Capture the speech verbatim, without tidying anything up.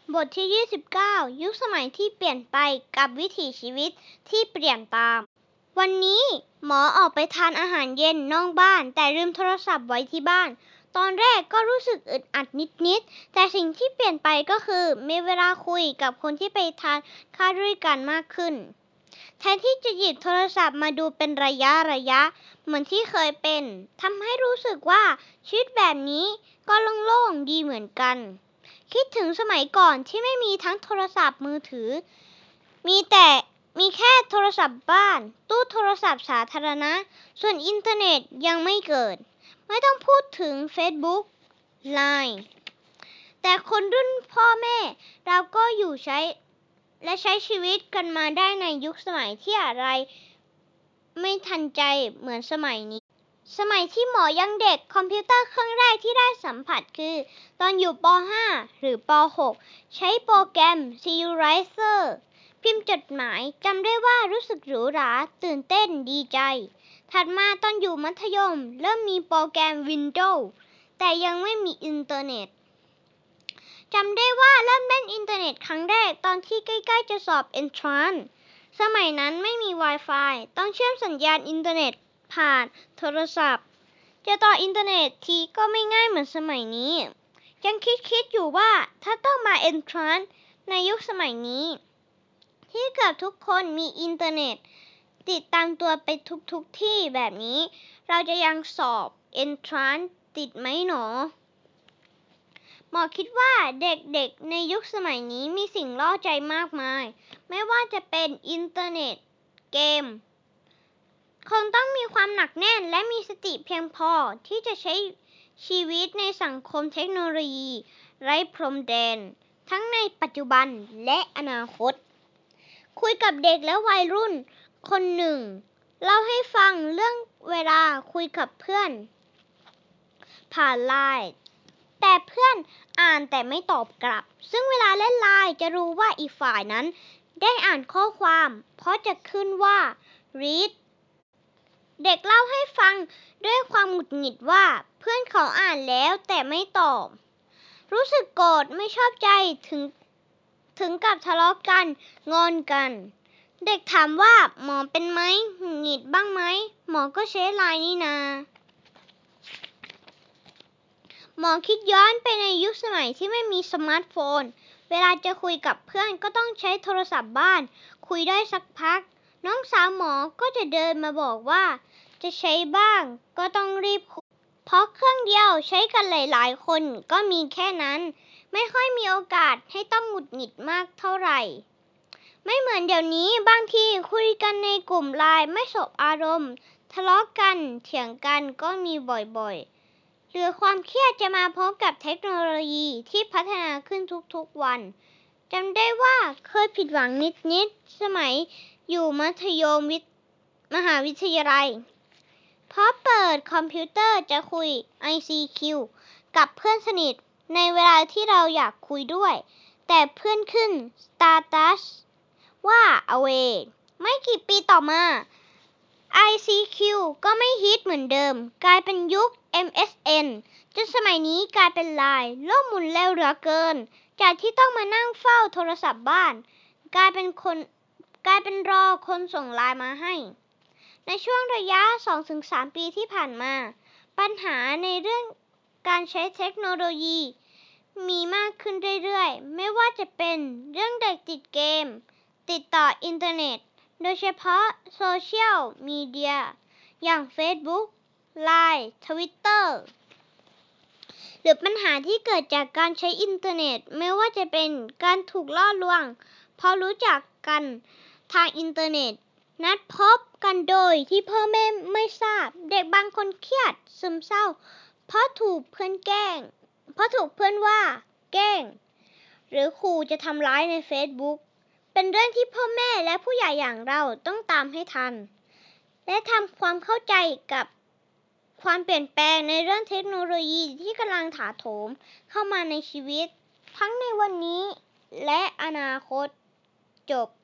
บทที่ยี่สิบเก้ายุคสมัยที่เปลี่ยนไปกับวิถีชีวิตที่เปลี่ยนตามวันนี้หมอออกไปทานอาหารเย็นนอกบ้านแต่ลืมโทรศัพท์ไว้ที่บ้านตอนแรกก็รู้สึกอึดอัดนิดๆแต่สิ่งที่เปลี่ยนไปก็คือมีเวลาคุยกับคนที่ไปทานข้าวด้วยกันมากขึ้นแทนที่จะหยิบโทรศัพท์มาดูเป็นระยะระยะเหมือนที่เคยเป็นทำให้รู้สึกว่าชีวิตแบบนี้ก็โล่งๆดีเหมือนกันคิดถึงสมัยก่อนที่ไม่มีทั้งโทรศัพท์มือถือมีแต่มีแค่โทรศัพท์บ้านตู้โทรศัพท์สาธารณะส่วนอินเทอร์เน็ตยังไม่เกิดไม่ต้องพูดถึง Facebook ไลน์ แต่คนรุ่นพ่อแม่เราก็อยู่ใช้และใช้ชีวิตกันมาได้ในยุคสมัยที่อะไรไม่ทันใจเหมือนสมัยนี้สมัยที่หมอยังเด็กคอมพิวเตอร์เครื่องแรกที่ได้สัมผัสคือตอนอยู่ป ห้า หรือป หก ใช้โปรแกรม Serializer พิมพ์จดหมายจำได้ว่ารู้สึกหรูหราตื่นเต้นดีใจถัดมาตอนอยู่มัธยมเริ่มมีโปรแกรม Windows แต่ยังไม่มีอินเทอร์เน็ตจำได้ว่าเริ่มเล่นอินเทอร์เน็ตครั้งแรกตอนที่ใกล้ๆจะสอบ Entrance สมัยนั้นไม่มี Wi-Fi ต้องเชื่อมสัญญาณอินเทอร์เน็ตผ่านโทรศัพท์จะต่ออินเทอร์เน็ตทีก็ไม่ง่ายเหมือนสมัยนี้ยังคิดๆอยู่ว่าถ้าต้องมา Entrance ในยุคสมัยนี้ที่เกือบทุกคนมีอินเทอร์เน็ตติดตามตัวไปทุกๆที่แบบนี้เราจะยังสอบ Entrance ติดไหมหนอหมอคิดว่าเด็กๆในยุคสมัยนี้มีสิ่งล่อใจมากมายไม่ว่าจะเป็นอินเทอร์เน็ตเกมคงต้องมีความหนักแน่นและมีสติเพียงพอที่จะใช้ชีวิตในสังคมเทคโนโลยีไร้พรมแดนทั้งในปัจจุบันและอนาคตคุยกับเด็กและวัยรุ่นคนหนึ่งเล่าให้ฟังเรื่องเวลาคุยกับเพื่อนผ่านไลน์แต่เพื่อนอ่านแต่ไม่ตอบกลับซึ่งเวลาเล่นไลน์จะรู้ว่าอีกฝ่ายนั้นได้อ่านข้อความเพราะจะขึ้นว่า read เด็กเล่าให้ฟังด้วยความหงุดหงิดว่าเพื่อนเขาอ่านแล้วแต่ไม่ตอบรู้สึกโกรธไม่ชอบใจถึงถึงกับทะเลาะกันงอนกันเด็กถามว่าหมอเป็นไหมหงุดหงิดบ้างไหมหมอก็ใช้ไลน์นี่นาหมอคิดย้อนไปในยุคสมัยที่ไม่มีสมาร์ทโฟนเวลาจะคุยกับเพื่อนก็ต้องใช้โทรศัพท์บ้านคุยได้สักพักน้องสาวหมอก็จะเดินมาบอกว่าจะใช้บ้างก็ต้องรีบคุยเพราะเครื่องเดียวใช้กันหลายๆคนก็มีแค่นั้นไม่ค่อยมีโอกาสให้ต้องหงุดหงิดมากเท่าไหร่ไม่เหมือนเดี๋ยวนี้บางทีคุยกันในกลุ่มไลน์ไม่สบอารมณ์ทะเลาะกันเถียงกันก็มีบ่อยๆหรือความเครียดจะมาพร้อมกับเทคโนโลยีที่พัฒนาขึ้นทุกๆวันจำได้ว่าเคยผิดหวังนิดๆสมัยอยู่มัธยมวิทย์มหาวิทยาลัยเพราะเปิดคอมพิวเตอร์จะคุย ไอ ซี คิว กับเพื่อนสนิทในเวลาที่เราอยากคุยด้วยแต่เพื่อนขึ้นสตาตัสว่า away ไม่กี่ปีต่อมา ไอ ซี คิว ก็ไม่ฮิตเหมือนเดิมกลายเป็นยุค เอ็ม เอส เอ็น จนสมัยนี้กลายเป็นไลน์โลกหมุนเร็วเหลือเกินจากที่ต้องมานั่งเฝ้าโทรศัพท์บ้านกลายเป็นคนกลายเป็นรอคนส่งไลน์มาให้ในช่วงระยะ สองถึงสาม ปีที่ผ่านมาปัญหาในเรื่องการใช้เทคโนโลยีมีมากขึ้นเรื่อยๆไม่ว่าจะเป็นเรื่องเด็กติดเกมติดต่ออินเทอร์เน็ตโดยเฉพาะโซเชียลมีเดียอย่าง Facebook ไลน์ Twitter หรือปัญหาที่เกิดจากการใช้อินเทอร์เน็ตไม่ว่าจะเป็นการถูกล่อลวงเพราะรู้จักกันทางอินเทอร์เน็ตนัดพบกันโดยที่พ่อแม่ไม่ทราบเด็กบางคนเครียดซึมเศร้าเพราะถูกเพื่อนแกล้งเพราะถูกเพื่อนว่าแกล้งหรือขู่จะทำร้ายใน Facebook เป็นเรื่องที่พ่อแม่และผู้ใหญ่อย่างเราต้องตามให้ทันและทำความเข้าใจกับความเปลี่ยนแปลงในเรื่องเทคโนโลยีที่กำลังถาโถมเข้ามาในชีวิตทั้งในวันนี้และอนาคตจบ